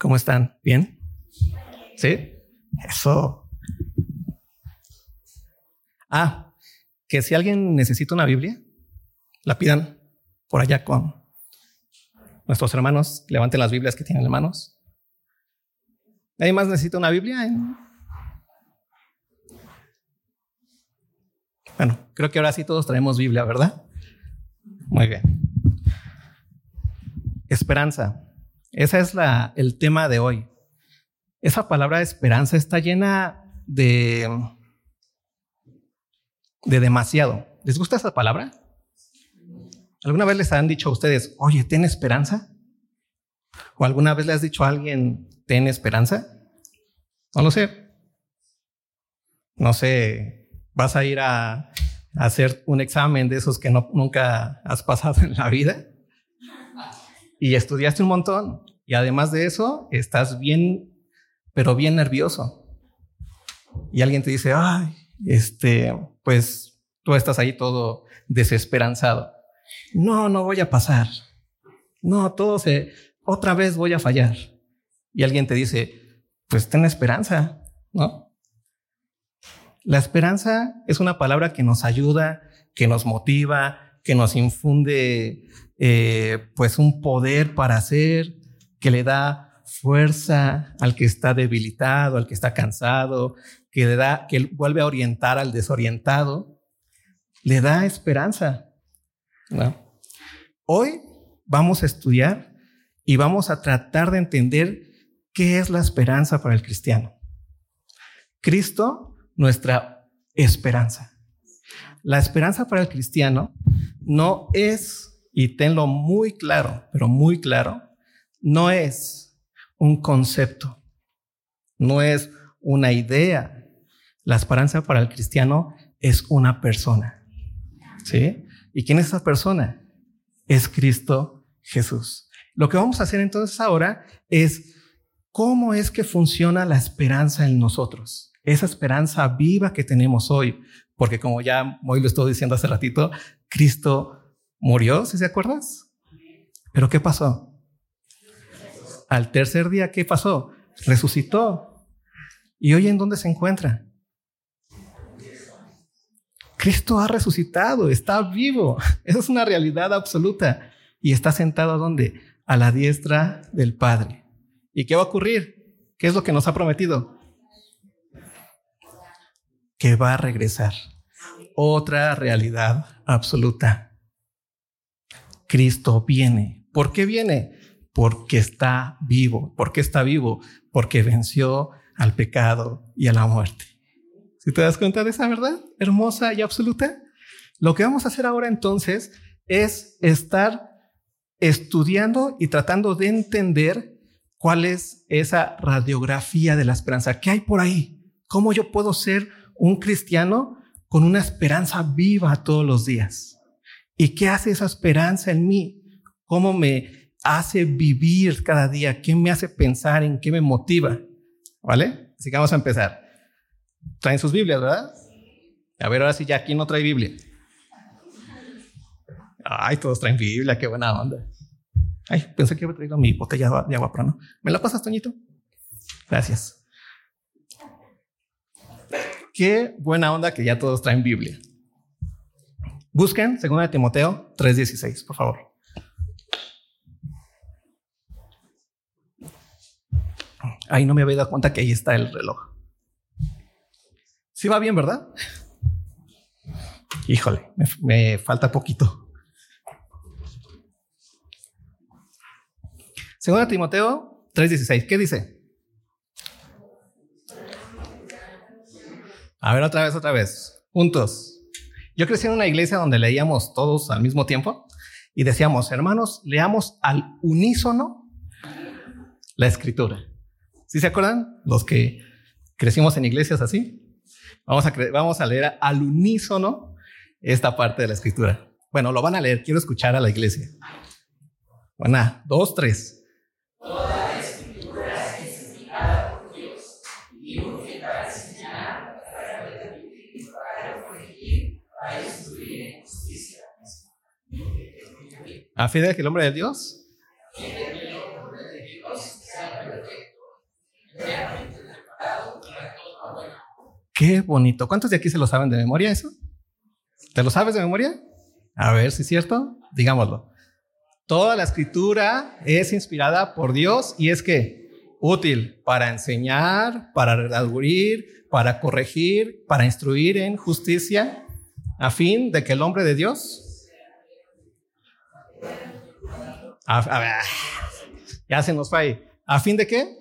¿Cómo están? ¿Bien? ¿Sí? Eso. Que si alguien necesita una Biblia, la pidan por allá con nuestros hermanos. Levanten las Biblias que tienen en manos. ¿Nadie más necesita una Biblia? Bueno, creo que ahora sí todos traemos Biblia, ¿verdad? Muy bien. Esperanza. Ese es el tema de hoy. Esa palabra esperanza está llena de demasiado. ¿Les gusta esa palabra? ¿Alguna vez les han dicho a ustedes, oye, ten esperanza? ¿O alguna vez le has dicho a alguien, ten esperanza? No lo sé. No sé, vas a ir a hacer un examen de esos que nunca has pasado en la vida y estudiaste un montón y además de eso estás bien, pero bien nervioso. Y alguien te dice, pues tú estás ahí todo desesperanzado. No voy a pasar. No, otra vez voy a fallar. Y alguien te dice, pues ten esperanza, ¿no? La esperanza es una palabra que nos ayuda, que nos motiva, que nos infunde pues un poder para hacer, que le da fuerza al que está debilitado, al que está cansado, que vuelve a orientar al desorientado, le da esperanza, ¿no? Hoy vamos a estudiar y vamos a tratar de entender qué es la esperanza para el cristiano. Cristo, nuestra esperanza. La esperanza para el cristiano no es, y tenlo muy claro, pero muy claro, no es un concepto, no es una idea. La esperanza para el cristiano es una persona, ¿sí? ¿Y quién es esa persona? Es Cristo Jesús. Lo que vamos a hacer entonces ahora es cómo es que funciona la esperanza en nosotros. Esa esperanza viva que tenemos hoy, porque como ya Moy lo estuvo diciendo hace ratito, Cristo murió, ¿sí se acuerdas? ¿Pero qué pasó? Al tercer día, ¿qué pasó? Resucitó. ¿Y hoy en dónde se encuentra? Cristo ha resucitado, está vivo. Esa es una realidad absoluta. Y está sentado ¿a dónde? A la diestra del Padre. ¿Y qué va a ocurrir? ¿Qué es lo que nos ha prometido? Que va a regresar. Otra realidad absoluta. Cristo viene. ¿Por qué viene? Porque está vivo. ¿Por qué está vivo? Porque venció al pecado y a la muerte. ¿Sí te das cuenta de esa verdad hermosa y absoluta? Lo que vamos a hacer ahora entonces es estar estudiando y tratando de entender cuál es esa radiografía de la esperanza. ¿Qué hay por ahí? ¿Cómo yo puedo ser un cristiano con una esperanza viva todos los días? ¿Y qué hace esa esperanza en mí? ¿Cómo me hace vivir cada día? ¿Qué me hace pensar? ¿En qué me motiva? ¿Vale? Así que vamos a empezar. ¿Traen sus Biblias, verdad? A ver, ahora sí, ya, ¿quién no trae Biblia? Ay, todos traen Biblia, qué buena onda. Ay, pensé que había traído mi botella de agua, pero no. ¿Me la pasas, Toñito? Gracias. Qué buena onda que ya todos traen Biblia. Busquen 2 Timoteo 3:16, por favor. Ay, no me había dado cuenta que ahí está el reloj. Sí va bien, ¿verdad? Híjole, me falta poquito. 2 Timoteo 3:16, ¿qué dice? A ver, otra vez, juntos. Yo crecí en una iglesia donde leíamos todos al mismo tiempo y decíamos, hermanos, leamos al unísono la escritura. ¿Sí se acuerdan? Los que crecimos en iglesias así. Vamos a leer al unísono esta parte de la escritura. Bueno, lo van a leer, quiero escuchar a la iglesia. 1, 2, 3. Toda la escritura es inspirada por Dios y útil para enseñar, para redarguir, para corregir, para instruir en justicia. A fin de que el hombre de Dios sea perfecto Qué bonito. ¿Cuántos de aquí se lo saben de memoria eso? ¿Te lo sabes de memoria? A ver si es cierto. Digámoslo. Toda la escritura es inspirada por Dios y es que útil para enseñar, para redarguir, para corregir, para instruir en justicia, a fin de que el hombre de Dios... A ver, ya se nos fue ahí. ¿A fin de qué?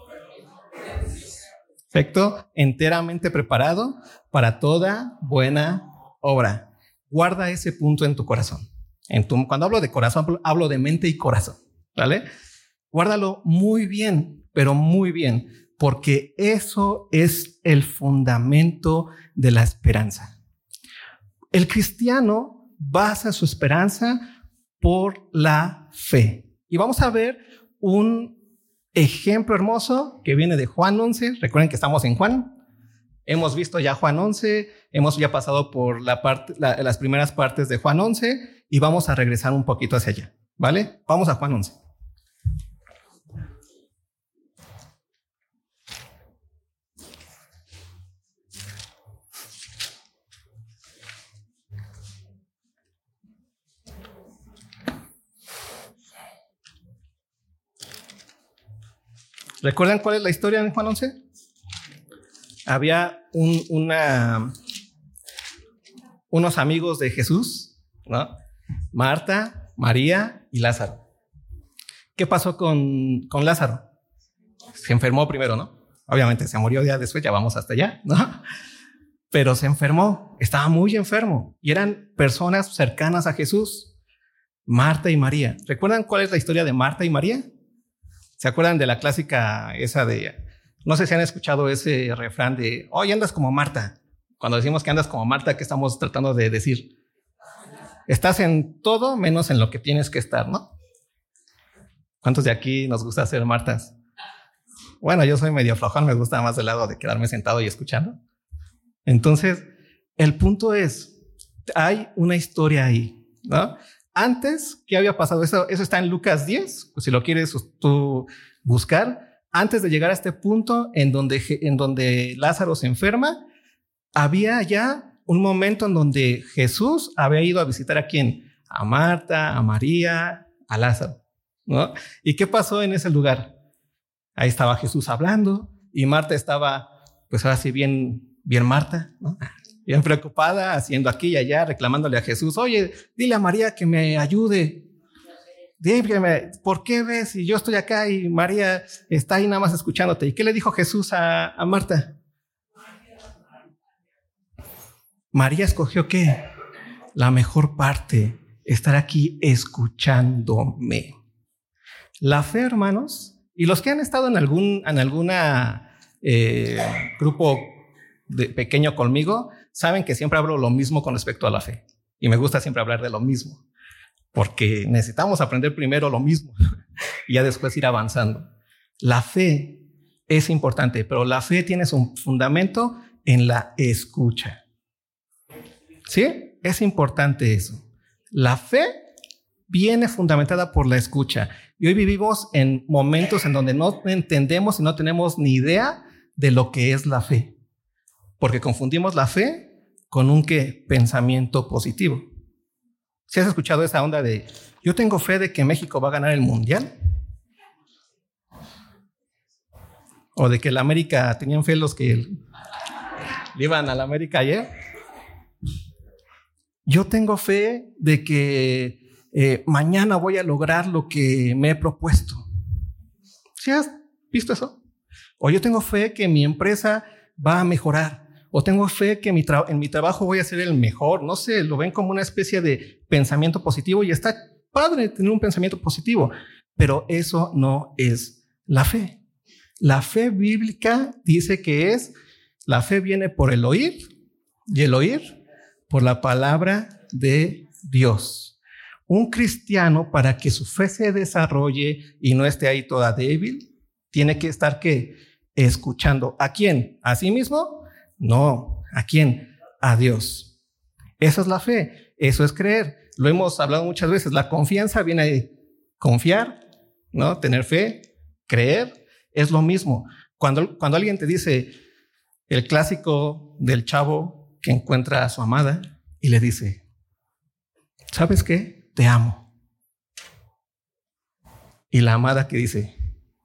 Perfecto, enteramente preparado para toda buena obra. Guarda ese punto en tu corazón. Cuando hablo de corazón, hablo de mente y corazón, ¿vale? Guárdalo muy bien, pero muy bien, porque eso es el fundamento de la esperanza. El cristiano basa su esperanza por la fe. Y vamos a ver un ejemplo hermoso que viene de Juan 11. Recuerden que estamos en Juan. Hemos visto ya Juan 11, hemos ya pasado por las primeras partes de Juan 11 y vamos a regresar un poquito hacia allá, ¿vale? Vamos a Juan 11. ¿Recuerdan cuál es la historia en Juan 11? Había unos amigos de Jesús, ¿no? Marta, María y Lázaro. ¿Qué pasó con Lázaro? Se enfermó primero, ¿no? Obviamente se murió ya después, ya vamos hasta allá, ¿no? Pero se enfermó, estaba muy enfermo y eran personas cercanas a Jesús. Marta y María. ¿Recuerdan cuál es la historia de Marta y María? ¿Se acuerdan de la clásica esa de... No sé si han escuchado ese refrán de, oye, andas como Marta. Cuando decimos que andas como Marta, ¿qué estamos tratando de decir? Estás en todo menos en lo que tienes que estar, ¿no? ¿Cuántos de aquí nos gusta ser Martas? Bueno, yo soy medio flojón, me gusta más el lado de quedarme sentado y escuchando. Entonces, el punto es, hay una historia ahí, ¿no? Antes, ¿qué había pasado? Eso está en Lucas 10, pues si lo quieres tú buscar. Antes de llegar a este punto en donde Lázaro se enferma, había ya un momento en donde Jesús había ido a visitar ¿a quién? A Marta, a María, a Lázaro, ¿no? ¿Y qué pasó en ese lugar? Ahí estaba Jesús hablando y Marta estaba, pues ahora sí, bien Marta, ¿no? Bien preocupada, haciendo aquí y allá, reclamándole a Jesús, oye, dile a María que me ayude. Dime, ¿por qué ves? Y yo estoy acá y María está ahí nada más escuchándote. ¿Y qué le dijo Jesús a Marta? María escogió ¿qué? La mejor parte, estar aquí escuchándome. La fe, hermanos, y los que han estado en alguna grupo pequeño conmigo, saben que siempre hablo lo mismo con respecto a la fe. Y me gusta siempre hablar de lo mismo. Porque necesitamos aprender primero lo mismo y ya después ir avanzando. La fe es importante, pero la fe tiene su fundamento en la escucha. ¿Sí? Es importante eso. La fe viene fundamentada por la escucha. Y hoy vivimos en momentos en donde no entendemos y no tenemos ni idea de lo que es la fe. Porque confundimos la fe con un ¿qué? Pensamiento positivo. ¿Sí has escuchado esa onda de yo tengo fe de que México va a ganar el mundial? O de que la América, tenían fe los que le iban a la América ayer. Yo tengo fe de que mañana voy a lograr lo que me he propuesto. ¿Sí has visto eso? O yo tengo fe que mi empresa va a mejorar. O tengo fe que en mi trabajo voy a ser el mejor. No sé, lo ven como una especie de pensamiento positivo y está padre tener un pensamiento positivo. Pero eso no es la fe. La fe bíblica dice que la fe viene por el oír y el oír por la palabra de Dios. Un cristiano, para que su fe se desarrolle y no esté ahí toda débil, tiene que estar ¿qué? Escuchando. ¿A quién? ¿A sí mismo? No. ¿A quién? A Dios. Esa es la fe. Eso es creer. Lo hemos hablado muchas veces. La confianza viene de confiar, ¿no? Tener fe, creer, es lo mismo. Cuando alguien te dice, El clásico del chavo que encuentra a su amada y le dice, ¿sabes qué? Te amo. Y la amada que dice,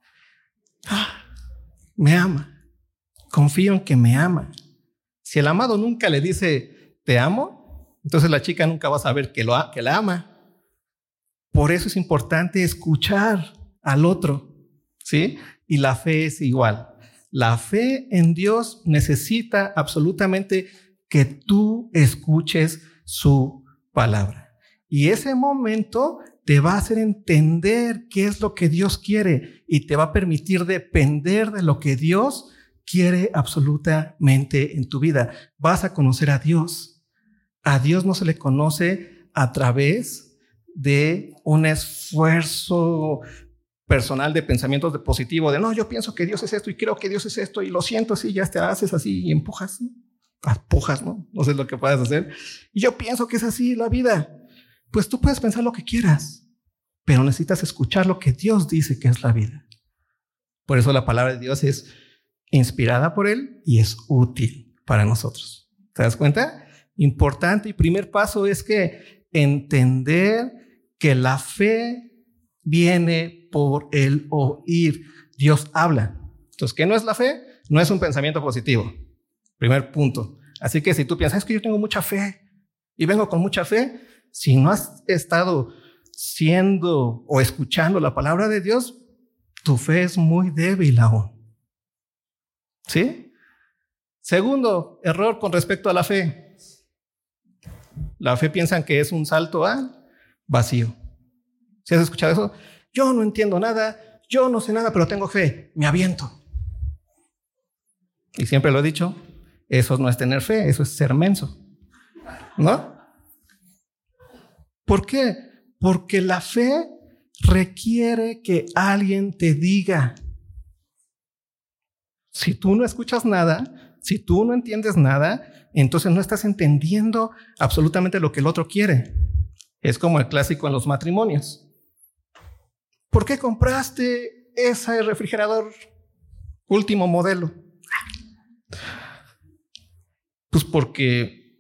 me ama. Confío en que me ama. Si el amado nunca le dice, te amo, entonces la chica nunca va a saber que la ama. Por eso es importante escuchar al otro, ¿sí? Y la fe es igual. La fe en Dios necesita absolutamente que tú escuches su palabra. Y ese momento te va a hacer entender qué es lo que Dios quiere y te va a permitir depender de lo que Dios quiere absolutamente en tu vida. Vas a conocer a Dios. A Dios no se le conoce a través de un esfuerzo personal de pensamientos de positivo, de no, yo pienso que Dios es esto y creo que Dios es esto y lo siento así, ya te haces así y empujas, ¿no? No sé lo que puedes hacer. Y yo pienso que es así la vida. Pues tú puedes pensar lo que quieras, pero necesitas escuchar lo que Dios dice que es la vida. Por eso la palabra de Dios es inspirada por Él y es útil para nosotros. ¿Te das cuenta? Importante y primer paso es que entender que la fe viene por el oír. Dios habla. Entonces, ¿qué no es la fe? No es un pensamiento positivo. Primer punto. Así que si tú piensas, es que yo tengo mucha fe y vengo con mucha fe, si no has estado siendo o escuchando la palabra de Dios, tu fe es muy débil aún. ¿Sí? Segundo error con respecto a la fe. La fe piensan que es un salto al vacío. ¿Sí has escuchado eso? Yo no entiendo nada, yo no sé nada, pero tengo fe, me aviento. Y siempre lo he dicho, eso no es tener fe, eso es ser menso, ¿no? ¿Por qué? Porque la fe requiere que alguien te diga. Si tú no escuchas nada, si tú no entiendes nada, entonces no estás entendiendo absolutamente lo que el otro quiere. Es como el clásico en los matrimonios. ¿Por qué compraste ese refrigerador último modelo? Pues porque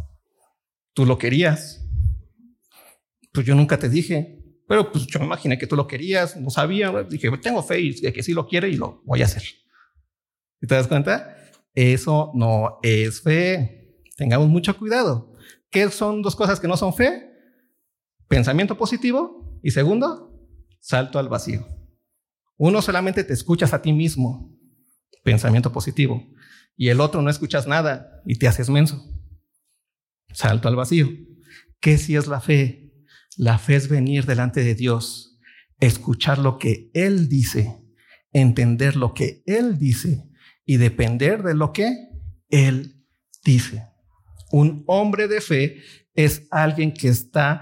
tú lo querías. Pues yo nunca te dije, pero pues yo me imaginé que tú lo querías, no sabía. Dije, tengo fe y de que sí lo quiere y lo voy a hacer. ¿Y te das cuenta? Eso no es fe. Tengamos mucho cuidado. ¿Qué son dos cosas que no son fe? Pensamiento positivo y segundo, salto al vacío. Uno solamente te escuchas a ti mismo, pensamiento positivo, y el otro no escuchas nada y te haces menso, salto al vacío. ¿Qué sí es la fe? La fe es venir delante de Dios, escuchar lo que Él dice, entender lo que Él dice y depender de lo que Él dice. Un hombre de fe es alguien que está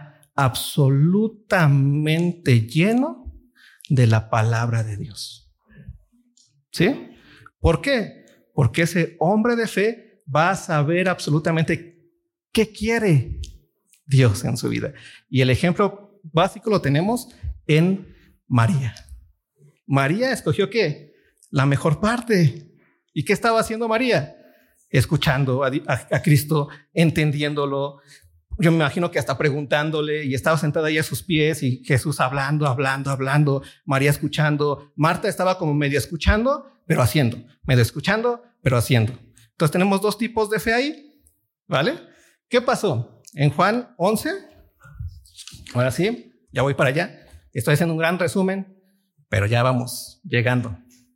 absolutamente lleno de la palabra de Dios. ¿Sí? ¿Por qué? Porque ese hombre de fe va a saber absolutamente qué quiere Dios en su vida. Y el ejemplo básico lo tenemos en María. María escogió ¿qué? La mejor parte. ¿Y qué estaba haciendo María? Escuchando a Cristo, entendiéndolo. Yo me imagino que hasta preguntándole, y estaba sentada ahí a sus pies y Jesús hablando, María escuchando. Marta estaba como medio escuchando, pero haciendo. Medio escuchando, pero haciendo. Entonces tenemos dos tipos de fe ahí, ¿vale? ¿Qué pasó? En Juan 11, ahora sí, ya voy para allá. Estoy haciendo un gran resumen, pero ya vamos llegando.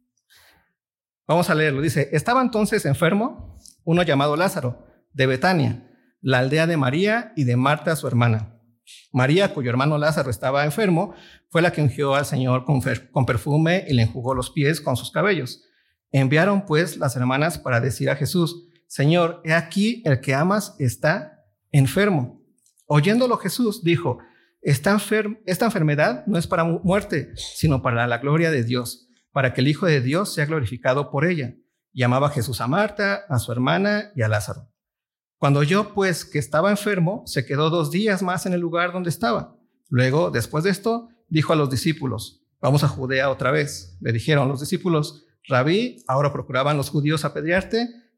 Vamos a leerlo. Dice, estaba entonces enfermo uno llamado Lázaro, de Betania, la aldea de María y de Marta, su hermana. María, cuyo hermano Lázaro estaba enfermo, fue la que ungió al Señor con perfume y le enjugó los pies con sus cabellos. Enviaron pues las hermanas para decir a Jesús, Señor, he aquí el que amas está enfermo. Oyéndolo Jesús dijo, esta enfermedad no es para muerte, sino para la gloria de Dios, para que el Hijo de Dios sea glorificado por ella. Llamaba Jesús a Marta, a su hermana y a Lázaro. Cuando oyó, pues, que estaba enfermo, se quedó 2 días más en el lugar donde estaba. Luego, después de esto, dijo a los discípulos, vamos a Judea otra vez. Le dijeron los discípulos, Rabí, ahora procuraban los judíos apedrearte,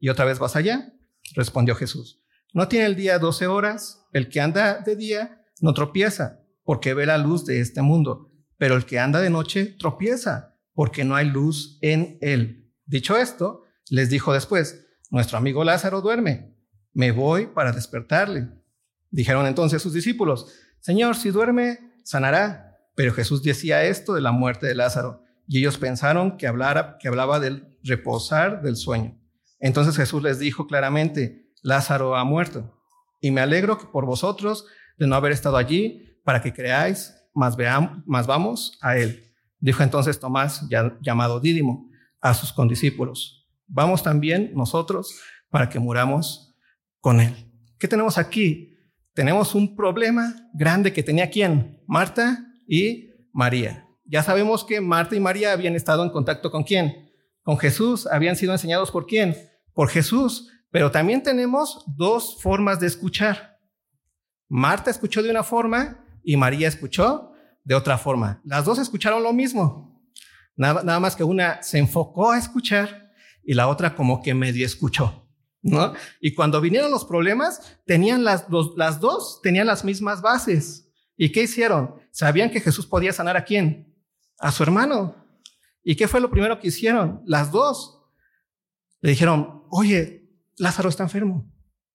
y otra vez vas allá? Respondió Jesús. ¿No tiene el día 12 horas? El que anda de día no tropieza, porque ve la luz de este mundo, pero el que anda de noche tropieza, porque no hay luz en él. Dicho esto, les dijo después, nuestro amigo Lázaro duerme, me voy para despertarle. Dijeron entonces sus discípulos, Señor, si duerme, sanará. Pero Jesús decía esto de la muerte de Lázaro, y ellos pensaron que hablaba del reposar del sueño. Entonces Jesús les dijo claramente, Lázaro ha muerto, y me alegro por vosotros de no haber estado allí para que creáis, mas vamos a él. Dijo entonces Tomás, llamado Dídimo, a sus condiscípulos, vamos también nosotros para que muramos con él. ¿Qué tenemos aquí? Tenemos un problema grande que tenía ¿quién? Marta y María. Ya sabemos que Marta y María habían estado en contacto ¿con quién? Con Jesús. Habían sido enseñados ¿por quién? Por Jesús. Pero también tenemos dos formas de escuchar. Marta escuchó de una forma y María escuchó de otra forma. Las dos escucharon lo mismo. Nada más que una se enfocó a escuchar y la otra como que medio escuchó, ¿no? Y cuando vinieron los problemas, tenían las dos tenían las mismas bases. ¿Y qué hicieron? Sabían que Jesús podía sanar ¿a quién? A su hermano. ¿Y qué fue lo primero que hicieron? Las dos le dijeron, oye, Lázaro está enfermo.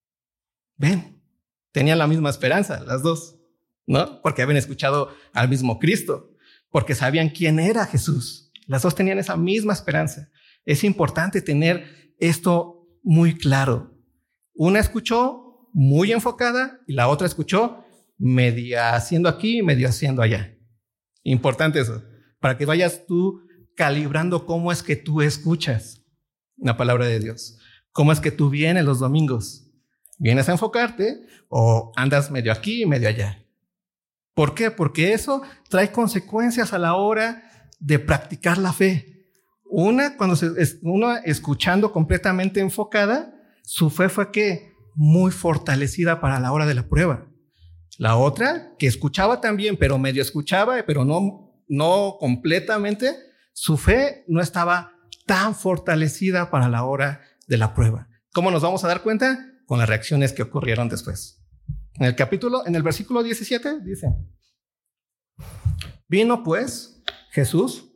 Ven. Tenían la misma esperanza, las dos, ¿no? Porque habían escuchado al mismo Cristo, porque sabían quién era Jesús. Las dos tenían esa misma esperanza. Es importante tener esto muy claro. Una escuchó muy enfocada y la otra escuchó media haciendo aquí y medio haciendo allá. Importante eso, para que vayas tú calibrando cómo es que tú escuchas la palabra de Dios. ¿Cómo es que tú vienes los domingos? ¿Vienes a enfocarte o andas medio aquí y medio allá? ¿Por qué? Porque eso trae consecuencias a la hora de practicar la fe. Cuando uno escuchando completamente enfocada, su fe fue ¿qué? Muy fortalecida para la hora de la prueba. La otra, que escuchaba también, pero medio escuchaba, pero no completamente, su fe no estaba tan fortalecida para la hora de la prueba. ¿Cómo nos vamos a dar cuenta? Con las reacciones que ocurrieron después. En el versículo 17 dice, vino pues Jesús.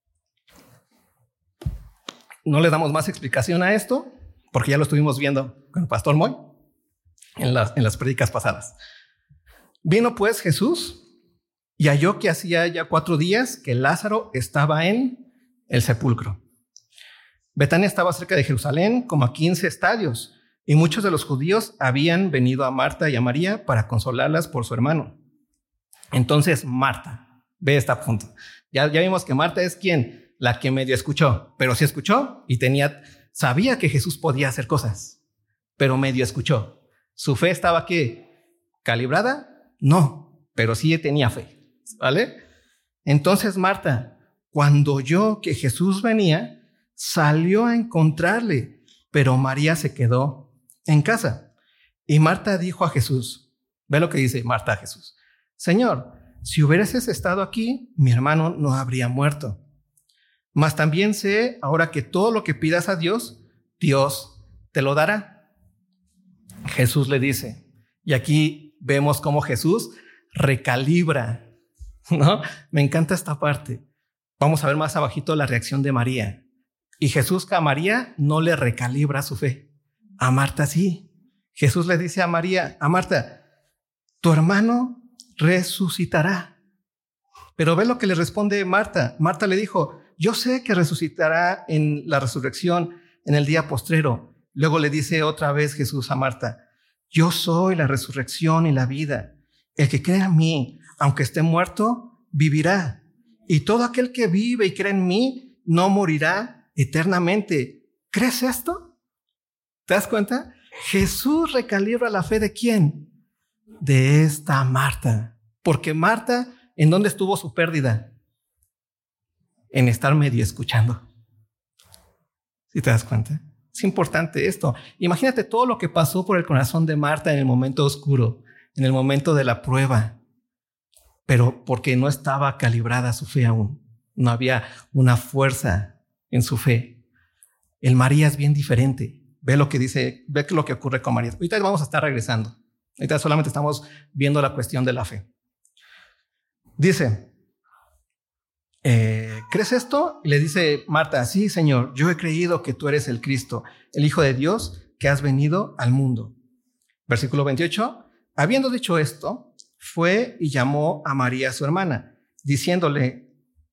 No le damos más explicación a esto, porque ya lo estuvimos viendo con el pastor Moy en las prédicas pasadas. Vino pues Jesús y halló que hacía ya 4 días que Lázaro estaba en el sepulcro. Betania estaba cerca de Jerusalén, como a 15 estadios, y muchos de los judíos habían venido a Marta y a María para consolarlas por su hermano. Entonces Marta, ve este punto. Ya vimos que Marta es ¿quién? La que medio escuchó, pero sí escuchó y sabía que Jesús podía hacer cosas, pero medio escuchó. ¿Su fe estaba ¿qué? ¿Calibrada? No, pero sí tenía fe, ¿vale? Entonces Marta, cuando oyó que Jesús venía, salió a encontrarle, pero María se quedó en casa. Y Marta dijo a Jesús, ve lo que dice Marta a Jesús, Señor, si hubieras estado aquí, mi hermano no habría muerto. Mas también sé ahora que todo lo que pidas a Dios, Dios te lo dará. Jesús le dice, y aquí vemos cómo Jesús recalibra, ¿no? Me encanta esta parte. Vamos a ver más abajito la reacción de María. Y Jesús a María no le recalibra su fe. A Marta sí. Jesús le dice a Marta, tu hermano resucitará. Pero ve lo que le responde Marta. Marta le dijo, yo sé que resucitará en la resurrección en el día postrero. Luego le dice otra vez Jesús a Marta, yo soy la resurrección y la vida. El que cree en mí, aunque esté muerto, vivirá. Y todo aquel que vive y cree en mí, no morirá eternamente. ¿Crees esto? ¿Te das cuenta? Jesús recalibra la fe ¿de quién? De esta Marta. Porque Marta, ¿en dónde estuvo su pérdida? En estar medio escuchando. ¿Sí te das cuenta? Es importante esto. Imagínate todo lo que pasó por el corazón de Marta en el momento oscuro, en el momento de la prueba. Pero porque no estaba calibrada su fe aún. No había una fuerza en su fe. El María es bien diferente. Ve lo que dice, ve lo que ocurre con María. Ahorita vamos a estar regresando. Ahorita solamente estamos viendo la cuestión de la fe. Dice, ¿crees esto? Y le dice Marta, sí, Señor, yo he creído que tú eres el Cristo, el Hijo de Dios, que has venido al mundo. Versículo 28. Habiendo dicho esto, fue y llamó a María, su hermana, diciéndole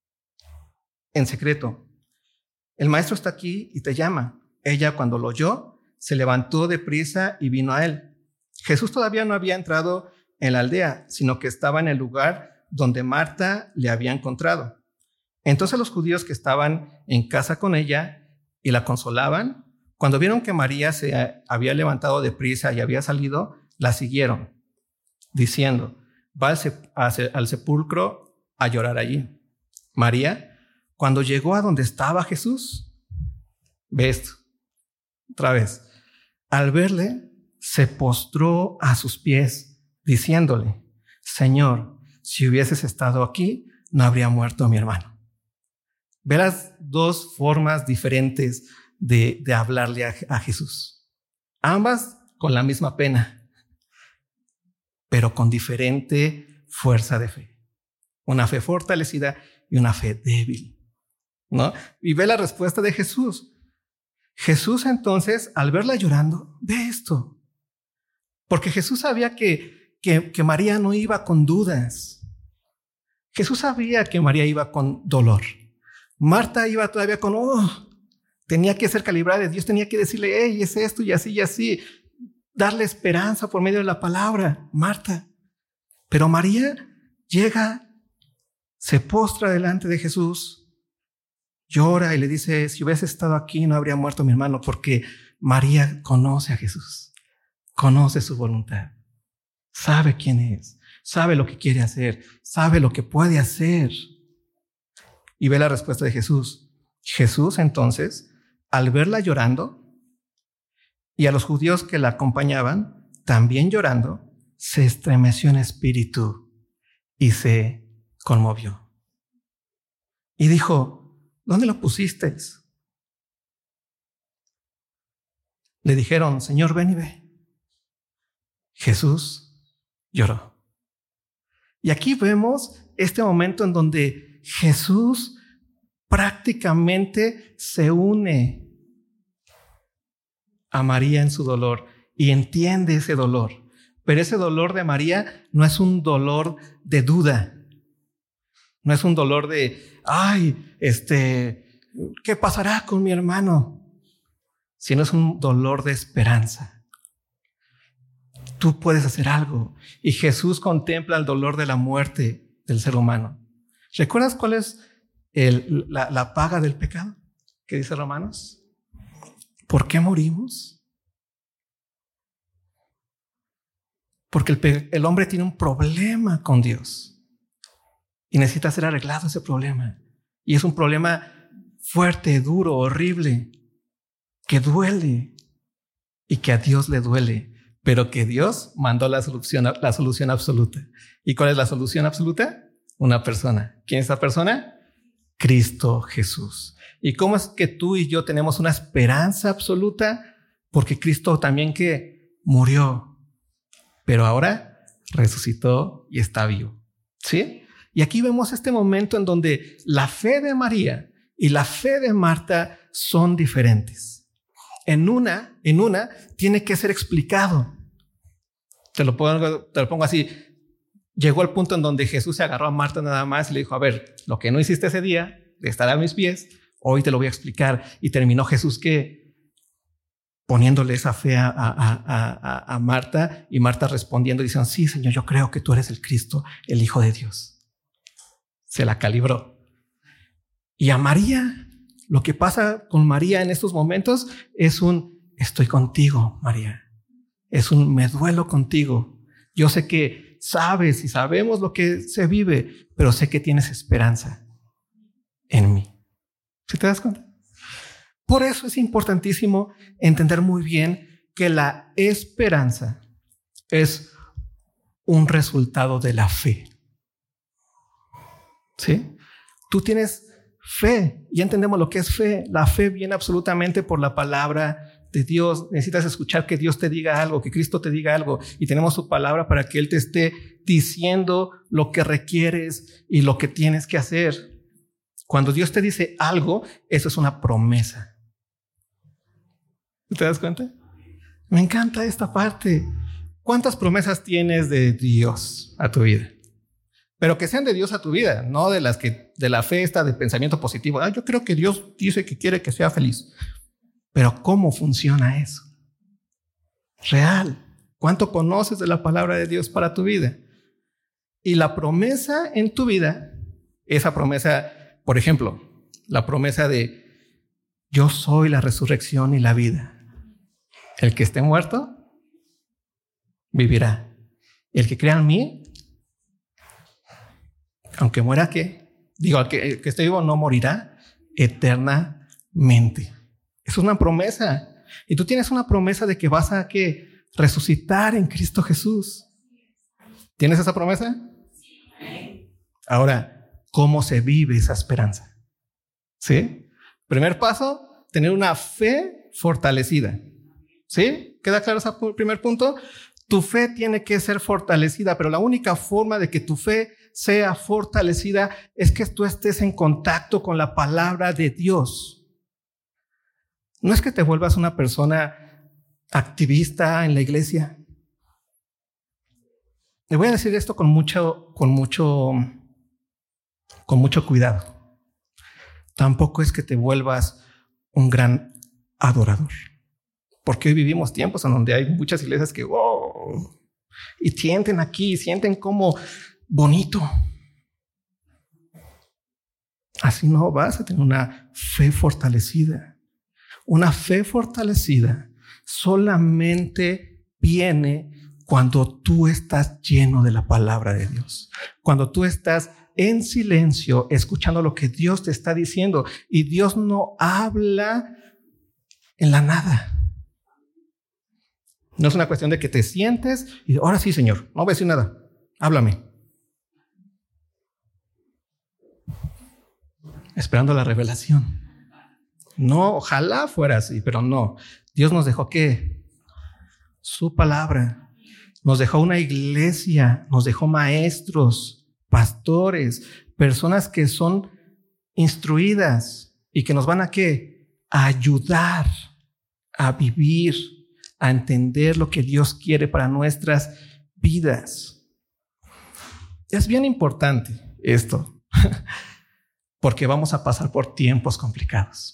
en secreto, el maestro está aquí y te llama. Ella, cuando lo oyó, se levantó deprisa y vino a él. Jesús todavía no había entrado en la aldea, sino que estaba en el lugar donde Marta le había encontrado. Entonces los judíos que estaban en casa con ella y la consolaban, cuando vieron que María se había levantado deprisa y había salido, la siguieron, diciendo, va al sepulcro a llorar allí. María, cuando llegó a donde estaba Jesús, ve esto, otra vez, al verle, se postró a sus pies, diciéndole, Señor, si hubieses estado aquí, no habría muerto mi hermano. Ve las dos formas diferentes de hablarle a Jesús. Ambas con la misma pena, pero con diferente fuerza de fe. Una fe fortalecida y una fe débil, ¿no? Y ve la respuesta de Jesús. Jesús entonces, al verla llorando, ve esto. Porque Jesús sabía que María no iba con dudas. Jesús sabía que María iba con dolor. Marta iba todavía con, tenía que ser calibrada de Dios, tenía que decirle, hey, es esto y así y así. Darle esperanza por medio de la palabra, Marta. Pero María llega, se postra delante de Jesús, llora y le dice, si hubiese estado aquí no habría muerto mi hermano, porque María conoce a Jesús, conoce su voluntad, sabe quién es, sabe lo que quiere hacer, sabe lo que puede hacer. Y ve la respuesta de Jesús. Jesús entonces, al verla llorando y a los judíos que la acompañaban también llorando, se estremeció en espíritu y se conmovió. Y dijo, ¿dónde lo pusisteis? Le dijeron, Señor, ven y ve. Jesús lloró. Y aquí vemos este momento en donde Jesús prácticamente se une a María en su dolor y entiende ese dolor. Pero ese dolor de María no es un dolor de duda. No es un dolor de, ¿qué pasará con mi hermano? Sino es un dolor de esperanza. Tú puedes hacer algo. Y Jesús contempla el dolor de la muerte del ser humano. ¿Recuerdas cuál es la paga del pecado? ¿Qué dice Romanos? ¿Por qué morimos? Porque el hombre tiene un problema con Dios y necesita ser arreglado ese problema. Y es un problema fuerte, duro, horrible, que duele y que a Dios le duele, pero que Dios mandó la solución absoluta. ¿Y cuál es la solución absoluta? Una persona. ¿Quién es esa persona? Cristo Jesús. ¿Y cómo es que tú y yo tenemos una esperanza absoluta? Porque Cristo también que murió, pero ahora resucitó y está vivo. ¿Sí? Y aquí vemos este momento en donde la fe de María y la fe de Marta son diferentes. En una tiene que ser explicado. Te lo pongo así. Llegó al punto en donde Jesús se agarró a Marta nada más y le dijo, a ver, lo que no hiciste ese día de estar a mis pies, hoy te lo voy a explicar. Y terminó Jesús poniéndole esa fe a Marta, y Marta respondiendo diciendo, sí, Señor, yo creo que tú eres el Cristo, el Hijo de Dios. Se la calibró. Y a María, lo que pasa con María en estos momentos es estoy contigo, María. Es me duelo contigo. Yo sé que sabes y sabemos lo que se vive, pero sé que tienes esperanza en mí. ¿Sí te das cuenta? Por eso es importantísimo entender muy bien que la esperanza es un resultado de la fe. ¿Sí? Tú tienes fe, ya entendemos lo que es fe. La fe viene absolutamente por la palabra de Dios, necesitas escuchar que Dios te diga algo, que Cristo te diga algo, y tenemos su palabra para que Él te esté diciendo lo que requieres y lo que tienes que hacer. Cuando Dios te dice algo, eso es una promesa. ¿Te das cuenta? Me encanta esta parte. ¿Cuántas promesas tienes de Dios a tu vida? Pero que sean de Dios a tu vida, no de las que de la fe esta de pensamiento positivo. Yo creo que Dios dice que quiere que sea feliz. Pero ¿cómo funciona eso? Real. ¿Cuánto conoces de la palabra de Dios para tu vida? Y la promesa en tu vida, esa promesa, por ejemplo, la promesa de yo soy la resurrección y la vida. El que esté muerto, vivirá. El que crea en mí, aunque muera, ¿qué? Digo, el que esté vivo no morirá eternamente. Es una promesa. Y tú tienes una promesa de que vas a ¿qué? Resucitar en Cristo Jesús. ¿Tienes esa promesa? Ahora, ¿cómo se vive esa esperanza? ¿Sí? Primer paso, tener una fe fortalecida. ¿Sí? ¿Queda claro ese primer punto? Tu fe tiene que ser fortalecida, pero la única forma de que tu fe sea fortalecida es que tú estés en contacto con la palabra de Dios. No es que te vuelvas una persona activista en la iglesia. Le voy a decir esto con mucho cuidado. Tampoco es que te vuelvas un gran adorador. Porque hoy vivimos tiempos en donde hay muchas iglesias que y sienten aquí, sienten como bonito. Así no vas a tener una fe fortalecida. Una fe fortalecida solamente viene cuando tú estás lleno de la palabra de Dios. Cuando tú estás en silencio, escuchando lo que Dios te está diciendo. Y Dios no habla en la nada. No es una cuestión de que te sientes y ahora sí, Señor, no voy a decir nada. Háblame. Esperando la revelación. No, ojalá fuera así, pero no. Dios nos dejó ¿qué? Su palabra. Nos dejó una iglesia, nos dejó maestros, pastores, personas que son instruidas y que nos van a ¿qué? A ayudar a vivir, a entender lo que Dios quiere para nuestras vidas. Es bien importante esto, porque vamos a pasar por tiempos complicados.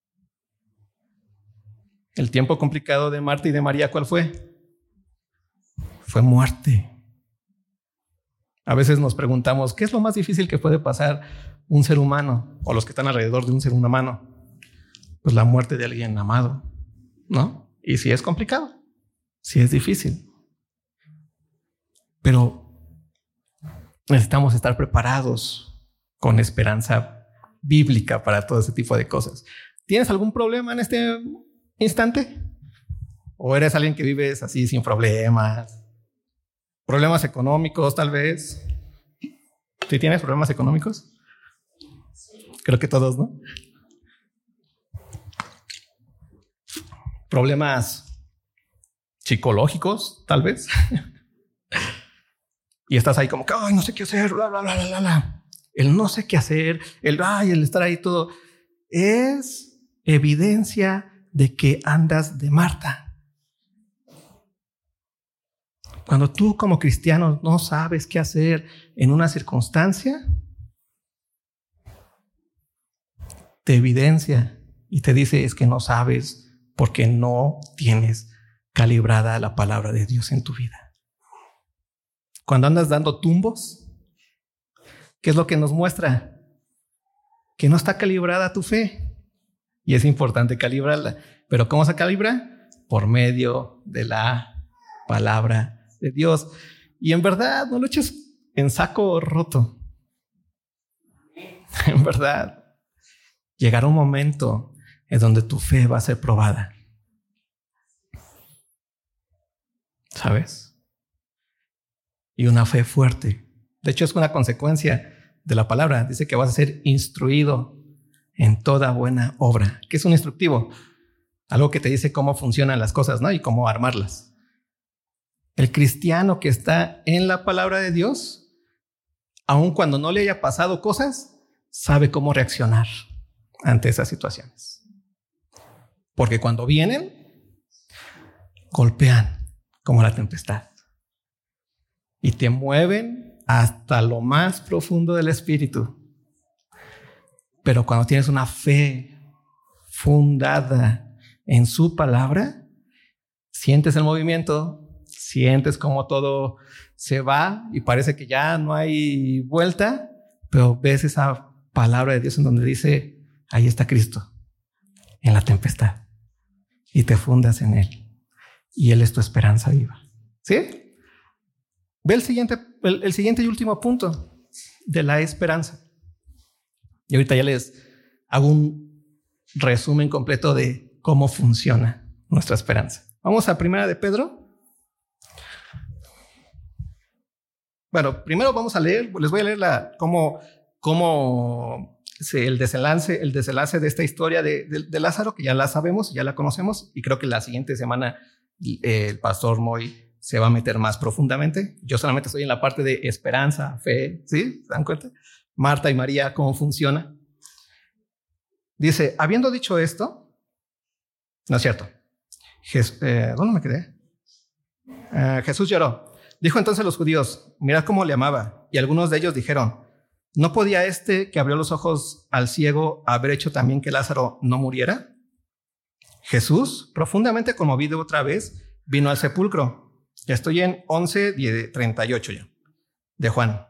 El tiempo complicado de Marta y de María, ¿cuál fue? Fue muerte. A veces nos preguntamos, ¿qué es lo más difícil que puede pasar un ser humano o los que están alrededor de un ser humano? Pues la muerte de alguien amado, ¿no? Y sí es complicado, sí es difícil. Pero necesitamos estar preparados con esperanza bíblica para todo ese tipo de cosas. ¿Tienes algún problema en este instante? ¿O eres alguien que vives así sin problemas? ¿Problemas económicos tal vez? ¿Sí tienes problemas económicos? Creo que todos, ¿no? Problemas psicológicos, tal vez. Y estás ahí como que, no sé qué hacer, bla, bla, bla, bla, bla. El no sé qué hacer, el estar ahí todo, es evidencia de que andas de Marta. Cuando tú como cristiano no sabes qué hacer en una circunstancia, te evidencia y te dice es que no sabes porque no tienes calibrada la palabra de Dios en tu vida. Cuando andas dando tumbos, ¿qué es lo que nos muestra? Que no está calibrada tu fe. Y es importante calibrarla. ¿Pero cómo se calibra? Por medio de la palabra de Dios. Y en verdad, no lo eches en saco roto. En verdad, llegará un momento en donde tu fe va a ser probada. ¿Sabes? Y una fe fuerte. De hecho, es una consecuencia de la palabra. Dice que vas a ser instruido en toda buena obra. ¿Qué es un instructivo? Algo que te dice cómo funcionan las cosas, ¿no? Y cómo armarlas. El cristiano que está en la palabra de Dios, aun cuando no le haya pasado cosas, sabe cómo reaccionar ante esas situaciones. Porque cuando vienen, golpean como la tempestad y te mueven hasta lo más profundo del espíritu. Pero cuando tienes una fe fundada en su palabra, sientes el movimiento, sientes como todo se va y parece que ya no hay vuelta, pero ves esa palabra de Dios en donde dice, ahí está Cristo, en la tempestad, y te fundas en Él, y Él es tu esperanza viva. ¿Sí? Ve el siguiente y último punto de la esperanza. Y ahorita ya les hago un resumen completo de cómo funciona nuestra esperanza. Vamos a 1 de Pedro. Bueno, primero vamos a leer, les voy a leer cómo el desenlace de esta historia de Lázaro, que ya la sabemos, ya la conocemos, y creo que la siguiente semana el pastor Moy se va a meter más profundamente. Yo solamente estoy en la parte de esperanza, fe, ¿sí? ¿Se dan cuenta? Marta y María, cómo funciona. Dice, habiendo dicho esto, no es cierto. ¿Dónde me quedé? Jesús lloró. Dijo entonces a los judíos, mirad cómo le amaba. Y algunos de ellos dijeron, ¿no podía este que abrió los ojos al ciego haber hecho también que Lázaro no muriera? Jesús, profundamente conmovido otra vez, vino al sepulcro. Ya estoy en 11:38 ya, de Juan.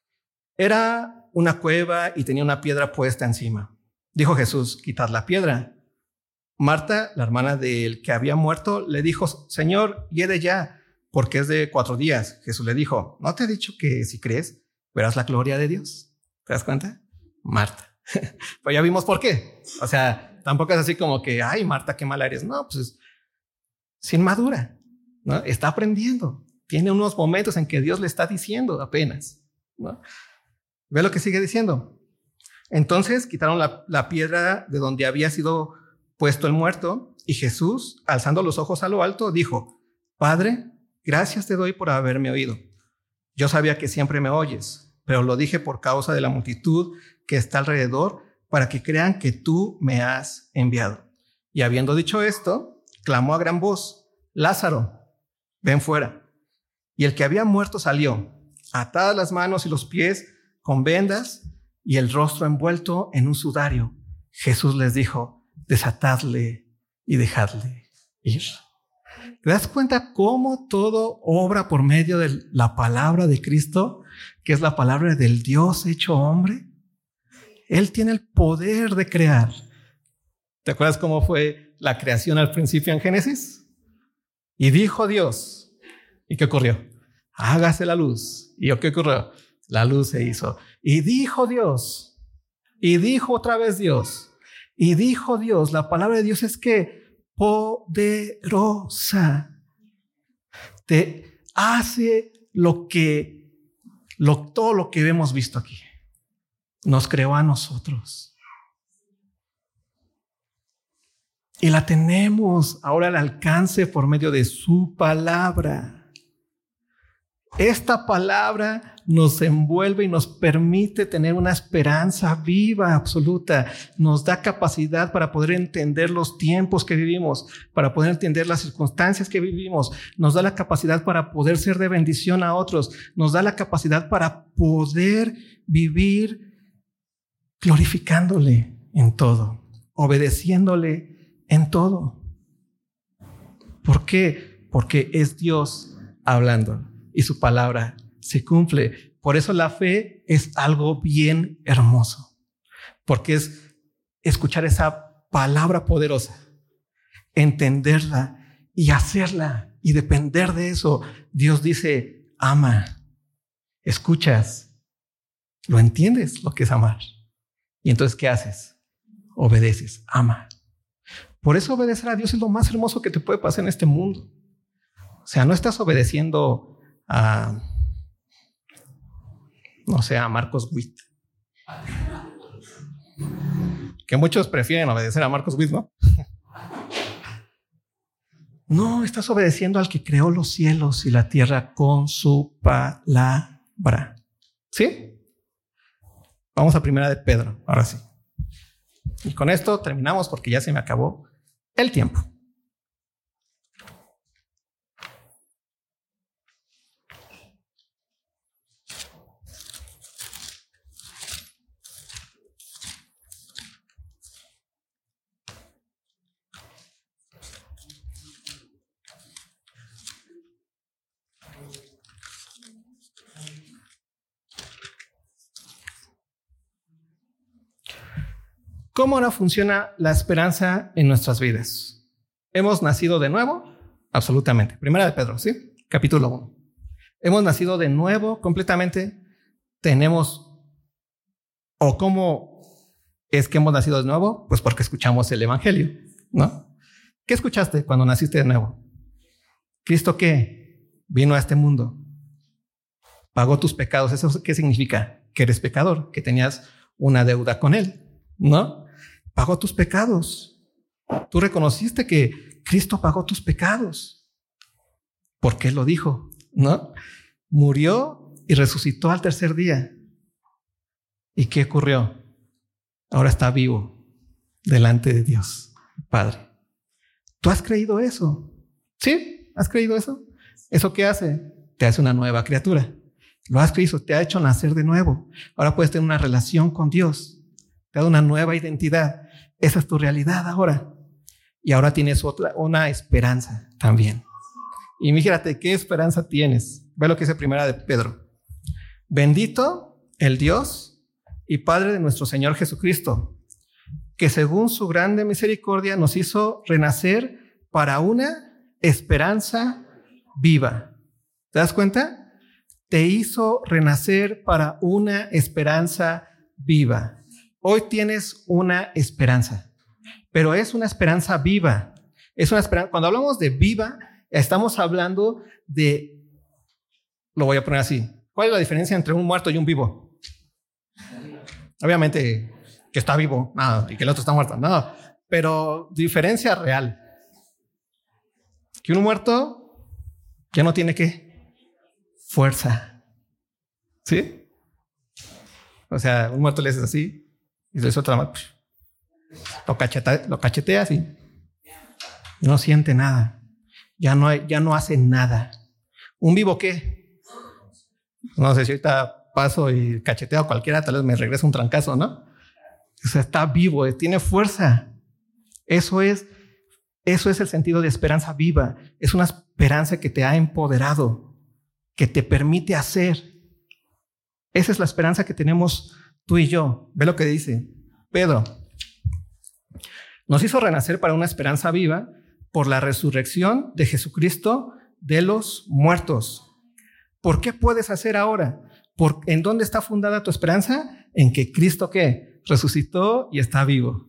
Era una cueva y tenía una piedra puesta encima. Dijo Jesús, quitad la piedra. Marta, la hermana del que había muerto, le dijo, Señor, hiede ya, porque es de 4 días. Jesús le dijo, ¿no te he dicho que si crees, verás la gloria de Dios? ¿Te das cuenta? Marta. Pues ya vimos por qué. O sea, tampoco es así como que, ay, Marta, qué mala eres. No, pues es inmadura, ¿no? Está aprendiendo. Tiene unos momentos en que Dios le está diciendo apenas, ¿no? Ve lo que sigue diciendo. Entonces quitaron la piedra de donde había sido puesto el muerto, y Jesús, alzando los ojos a lo alto, dijo, Padre, gracias te doy por haberme oído. Yo sabía que siempre me oyes, pero lo dije por causa de la multitud que está alrededor, para que crean que tú me has enviado. Y habiendo dicho esto, clamó a gran voz, Lázaro, ven fuera. Y el que había muerto salió, atadas las manos y los pies con vendas y el rostro envuelto en un sudario. Jesús les dijo, desatadle y dejadle ir. ¿Te das cuenta cómo todo obra por medio de la palabra de Cristo, que es la palabra del Dios hecho hombre? Él tiene el poder de crear. ¿Te acuerdas cómo fue la creación al principio en Génesis? Y dijo Dios. ¿Y qué ocurrió? Hágase la luz. ¿Y qué ocurrió? La luz se hizo. Y dijo Dios. Y dijo otra vez Dios. Y dijo Dios. La palabra de Dios es que poderosa. Te hace todo lo que hemos visto aquí. Nos creó a nosotros. Y la tenemos ahora al alcance por medio de su palabra. Esta palabra nos envuelve y nos permite tener una esperanza viva, absoluta. Nos da capacidad para poder entender los tiempos que vivimos, para poder entender las circunstancias que vivimos. Nos da la capacidad para poder ser de bendición a otros. Nos da la capacidad para poder vivir glorificándole en todo, obedeciéndole en todo. ¿Por qué? Porque es Dios hablando y su palabra se cumple. Por eso la fe es algo bien hermoso, porque es escuchar esa palabra poderosa, entenderla y hacerla y depender de eso. Dios dice, ama, escuchas, lo entiendes lo que es amar. Y entonces, ¿qué haces? Obedeces, ama. Por eso obedecer a Dios es lo más hermoso que te puede pasar en este mundo. O sea, no estás obedeciendo a Marcos Witt. Que muchos prefieren obedecer a Marcos Witt, ¿no? No, estás obedeciendo al que creó los cielos y la tierra con su palabra. ¿Sí? Vamos a Primera de Pedro, ahora sí. Y con esto terminamos porque ya se me acabó el tiempo. ¿Cómo ahora funciona la esperanza en nuestras vidas? ¿Hemos nacido de nuevo? Absolutamente. Primera de Pedro, ¿sí? Capítulo 1. ¿Hemos nacido de nuevo completamente? ¿Tenemos? ¿O cómo es que hemos nacido de nuevo? Pues porque escuchamos el evangelio, ¿no? ¿Qué escuchaste cuando naciste de nuevo? ¿Cristo qué? Vino a este mundo. Pagó tus pecados. ¿Eso qué significa? Que eres pecador, que tenías una deuda con él, ¿no? Pagó tus pecados. Tú reconociste que Cristo pagó tus pecados. Porque Él lo dijo, ¿no? Murió y resucitó al tercer día. ¿Y qué ocurrió? Ahora está vivo delante de Dios, Padre. ¿Tú has creído eso? ¿Sí? ¿Has creído eso? ¿Eso qué hace? Te hace una nueva criatura. Lo has creído, te ha hecho nacer de nuevo. Ahora puedes tener una relación con Dios. Te ha dado una nueva identidad. Esa es tu realidad ahora. Y ahora tienes una esperanza también. Y fíjate, ¿qué esperanza tienes? Ve lo que dice Primera de Pedro. Bendito el Dios y Padre de nuestro Señor Jesucristo, que según su grande misericordia nos hizo renacer para una esperanza viva. ¿Te das cuenta? Te hizo renacer para una esperanza viva. Hoy tienes una esperanza, pero es una esperanza viva. Es una esperanza. Cuando hablamos de viva, estamos hablando de, lo voy a poner así. ¿Cuál es la diferencia entre un muerto y un vivo? Obviamente que está vivo, no, y que el otro está muerto, no, pero diferencia real. Que un muerto ya no tiene ¿qué? Fuerza. ¿Sí? O sea, un muerto le haces así. Y le suelta la mano, lo cacheteas y no siente nada. Ya no hace nada. ¿Un vivo qué? No sé si ahorita paso y cacheteo a cualquiera, tal vez me regrese un trancazo, ¿no? O sea, está vivo, tiene fuerza. Eso es el sentido de esperanza viva. Es una esperanza que te ha empoderado, que te permite hacer. Esa es la esperanza que tenemos tú y yo. Ve lo que dice Pedro. Nos hizo renacer para una esperanza viva por la resurrección de Jesucristo de los muertos. ¿Por qué puedes hacer ahora? ¿En dónde está fundada tu esperanza? En que Cristo ¿qué? Resucitó y está vivo.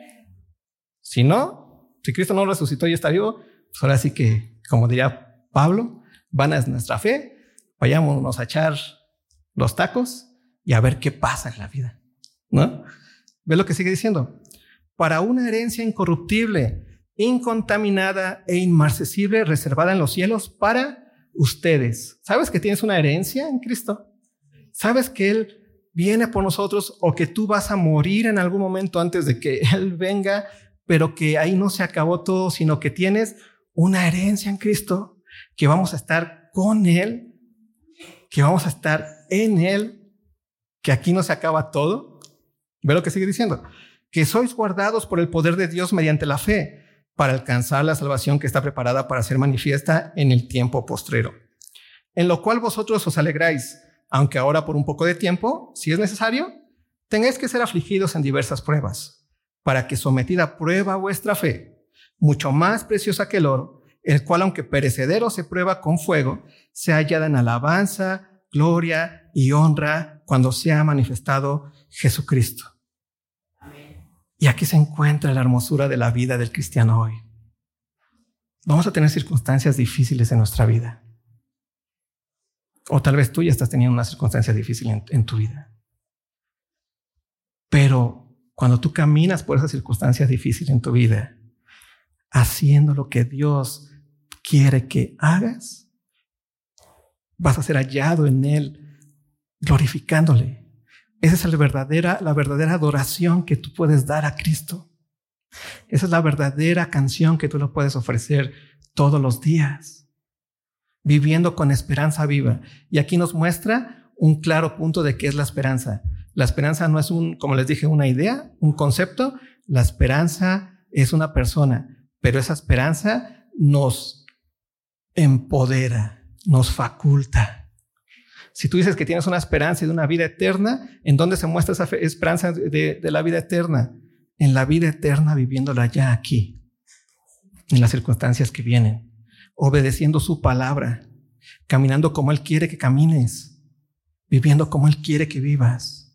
Si Cristo no resucitó y está vivo, pues ahora sí que, como diría Pablo, vana es nuestra fe, vayámonos a echar los tacos y a ver qué pasa en la vida, ¿no? ¿Ve lo que sigue diciendo? Para una herencia incorruptible, incontaminada e inmarcesible, reservada en los cielos para ustedes. ¿Sabes que tienes una herencia en Cristo? ¿Sabes que Él viene por nosotros o que tú vas a morir en algún momento antes de que Él venga, pero que ahí no se acabó todo, sino que tienes una herencia en Cristo, que vamos a estar con Él, que vamos a estar en Él, que aquí no se acaba todo? Ve lo que sigue diciendo. Que sois guardados por el poder de Dios mediante la fe para alcanzar la salvación que está preparada para ser manifiesta en el tiempo postrero. En lo cual vosotros os alegráis, aunque ahora por un poco de tiempo, si es necesario, tengáis que ser afligidos en diversas pruebas, para que sometida a prueba vuestra fe, mucho más preciosa que el oro, el cual aunque perecedero se prueba con fuego, sea hallada en alabanza, gloria y honra cuando sea manifestado Jesucristo. Amén. Y aquí se encuentra la hermosura de la vida del cristiano hoy. Vamos a tener circunstancias difíciles en nuestra vida. O tal vez tú ya estás teniendo una circunstancia difícil en tu vida. Pero cuando tú caminas por esa circunstancia difícil en tu vida, haciendo lo que Dios quiere que hagas, vas a ser hallado en Él, glorificándole. Esa es la verdadera adoración que tú puedes dar a Cristo. Esa es la verdadera canción que tú le puedes ofrecer todos los días, viviendo con esperanza viva. Y aquí nos muestra un claro punto de qué es la esperanza. La esperanza no es como les dije, una idea, un concepto. La esperanza es una persona, pero esa esperanza nos empodera, nos faculta. Si tú dices que tienes una esperanza de una vida eterna, ¿en dónde se muestra esa esperanza de la vida eterna? En la vida eterna, viviéndola ya aquí, en las circunstancias que vienen, obedeciendo su palabra, caminando como Él quiere que camines, viviendo como Él quiere que vivas,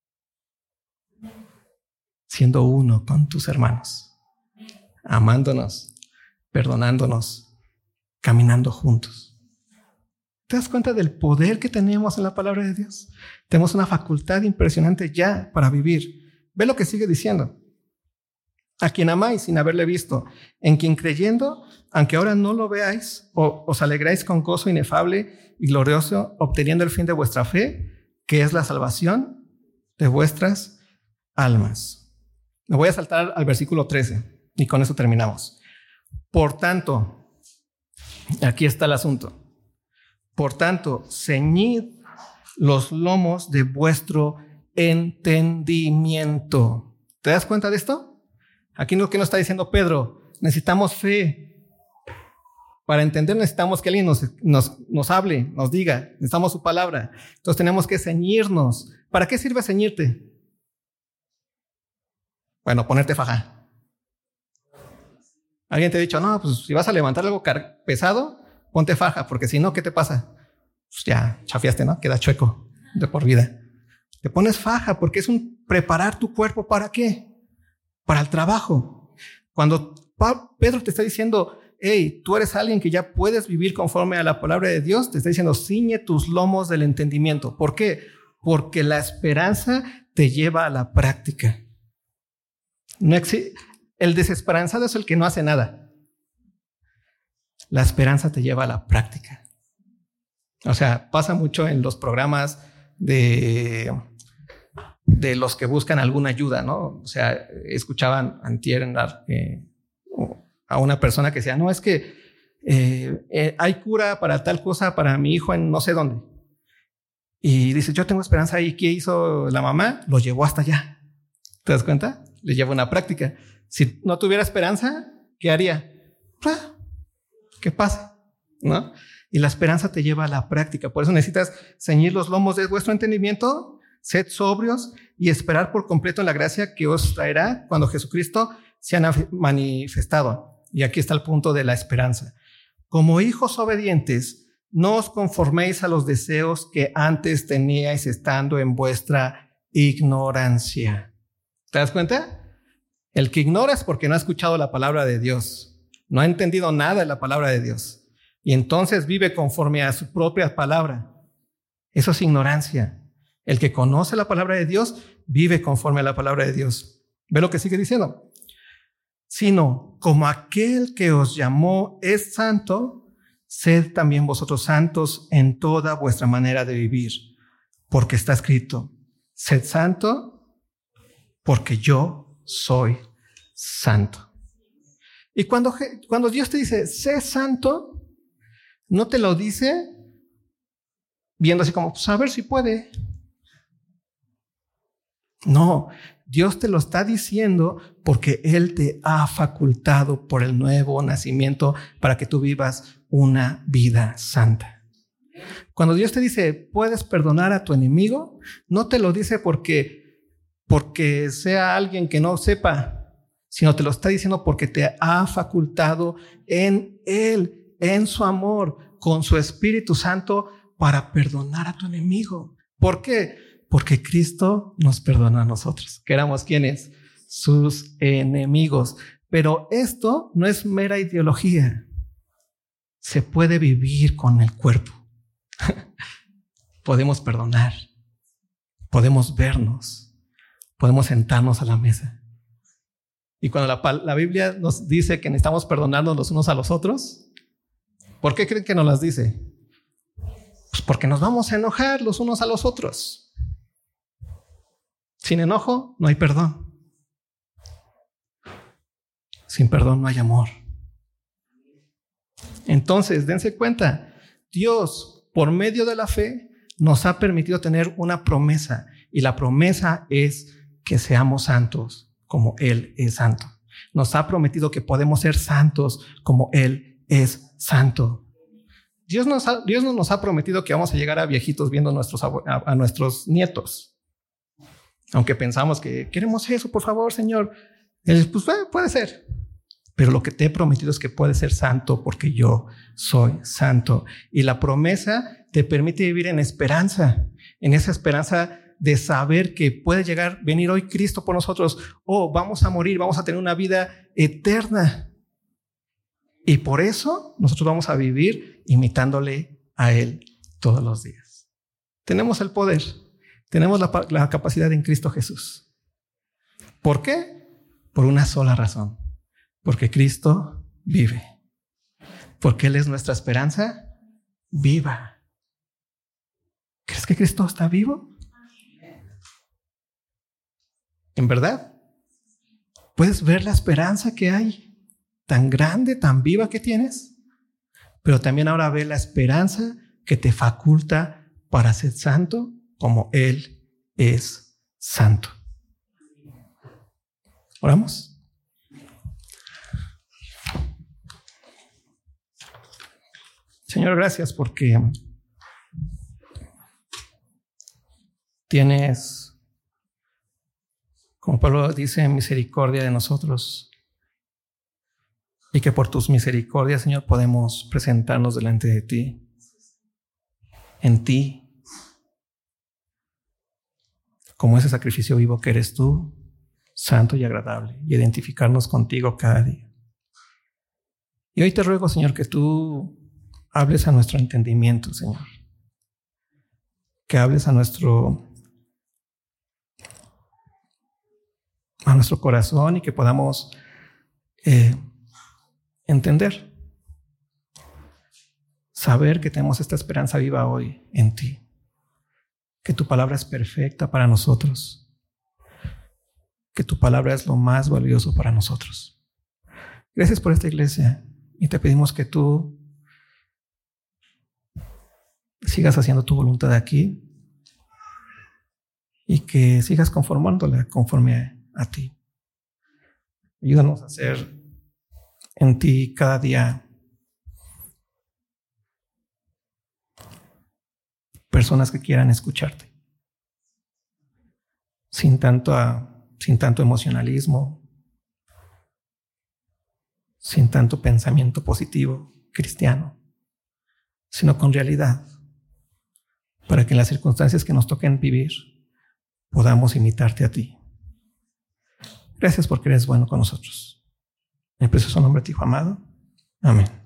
siendo uno con tus hermanos, amándonos, perdonándonos, caminando juntos. ¿Te das cuenta del poder que tenemos en la palabra de Dios? Tenemos una facultad impresionante ya para vivir. Ve lo que sigue diciendo. A quien amáis sin haberle visto, en quien creyendo, aunque ahora no lo veáis, os alegráis con gozo inefable y glorioso, obteniendo el fin de vuestra fe, que es la salvación de vuestras almas. Me voy a saltar al versículo 13 y con eso terminamos. Por tanto, aquí está el asunto. Por tanto, ceñid los lomos de vuestro entendimiento. ¿Te das cuenta de esto? Aquí lo que nos está diciendo Pedro, necesitamos fe. Para entender necesitamos que alguien nos hable, nos diga, necesitamos su palabra. Entonces tenemos que ceñirnos. ¿Para qué sirve ceñirte? Bueno, ponerte faja. Alguien te ha dicho, no, pues si vas a levantar algo pesado, ponte faja, porque si no, ¿qué te pasa? Pues ya chafiaste, ¿no? Queda chueco de por vida. Te pones faja porque es un preparar tu cuerpo ¿para qué? Para el trabajo. Cuando Pedro te está diciendo, hey, tú eres alguien que ya puedes vivir conforme a la palabra de Dios, te está diciendo, ciñe tus lomos del entendimiento. ¿Por qué? Porque la esperanza te lleva a la práctica. El desesperanzado es el que no hace nada. La esperanza te lleva a la práctica. O sea, pasa mucho en los programas de los que buscan alguna ayuda, ¿no? O sea, escuchaban antier a una persona que decía, no, es que hay cura para tal cosa para mi hijo en no sé dónde. Y dice, yo tengo esperanza ahí. ¿Qué hizo la mamá? Lo llevó hasta allá. ¿Te das cuenta? Le lleva una práctica. Si no tuviera esperanza, ¿qué haría? ¿Qué pasa? ¿No? Y la esperanza te lleva a la práctica. Por eso necesitas ceñir los lomos de vuestro entendimiento, sed sobrios y esperar por completo en la gracia que os traerá cuando Jesucristo se ha manifestado. Y aquí está el punto de la esperanza. Como hijos obedientes, no os conforméis a los deseos que antes teníais estando en vuestra ignorancia. ¿Te das cuenta? El que ignora es porque no ha escuchado la palabra de Dios. No ha entendido nada de la palabra de Dios. Y entonces vive conforme a su propia palabra. Eso es ignorancia. El que conoce la palabra de Dios vive conforme a la palabra de Dios. ¿Ve lo que sigue diciendo? Sino, como aquel que os llamó es santo, sed también vosotros santos en toda vuestra manera de vivir. Porque está escrito, sed santo porque yo soy santo. Y cuando Dios te dice, sé santo, no te lo dice viendo así como, pues a ver si puede. No, Dios te lo está diciendo porque Él te ha facultado por el nuevo nacimiento para que tú vivas una vida santa. Cuando Dios te dice, puedes perdonar a tu enemigo, no te lo dice porque sea alguien que no sepa, sino te lo está diciendo porque te ha facultado en Él, en su amor, con su Espíritu Santo para perdonar a tu enemigo. ¿Por qué? Porque Cristo nos perdonó a nosotros, que éramos ¿quiénes? Sus enemigos. Pero esto no es mera ideología. Se puede vivir con el cuerpo. Podemos perdonar. Podemos vernos. Podemos sentarnos a la mesa. Y cuando la Biblia nos dice que necesitamos perdonarnos los unos a los otros, ¿Por qué creen que nos las dice? Pues porque nos vamos a enojar los unos a los otros. Sin enojo no hay perdón. Sin perdón no hay amor. Entonces, dense cuenta, Dios, por medio de la fe, nos ha permitido tener una promesa. Y la promesa es que seamos santos como Él es santo. Nos ha prometido que podemos ser santos como Él es santo. Dios no nos ha prometido que vamos a llegar a viejitos viendo a nuestros nietos. Aunque pensamos que queremos eso, por favor, Señor. Pues puede ser. Pero lo que te he prometido es que puedes ser santo porque yo soy santo. Y la promesa te permite vivir en esperanza, en esa esperanza de saber que puede venir hoy Cristo por nosotros. Vamos a morir, vamos a tener una vida eterna. Y por eso nosotros vamos a vivir imitándole a Él todos los días. Tenemos el poder, tenemos la capacidad en Cristo Jesús. ¿Por qué? Por una sola razón. Porque Cristo vive. Porque Él es nuestra esperanza viva. ¿Crees que Cristo está vivo? ¿En verdad? ¿Puedes ver la esperanza que hay? Tan grande, tan viva que tienes. Pero también ahora ve la esperanza que te faculta para ser santo como Él es santo. ¿Oramos? Señor, gracias porque tienes, como Pablo dice, misericordia de nosotros y que por tus misericordias, Señor, podemos presentarnos delante de ti, en ti, como ese sacrificio vivo que eres tú, santo y agradable, y identificarnos contigo cada día. Y hoy te ruego, Señor, que tú hables a nuestro entendimiento, Señor. Que hables a nuestro corazón y que podamos entender, saber que tenemos esta esperanza viva hoy en ti, que tu palabra es perfecta para nosotros, que tu palabra es lo más valioso para nosotros. Gracias por esta iglesia y te pedimos que tú sigas haciendo tu voluntad aquí y que sigas conformándola conforme a ti. Ayúdanos a ser en ti cada día personas que quieran escucharte sin tanto emocionalismo, sin tanto pensamiento positivo cristiano, sino con realidad, para que en las circunstancias que nos toquen vivir podamos imitarte a ti. Gracias porque eres bueno con nosotros. En el precioso nombre de tu Hijo amado. Amén.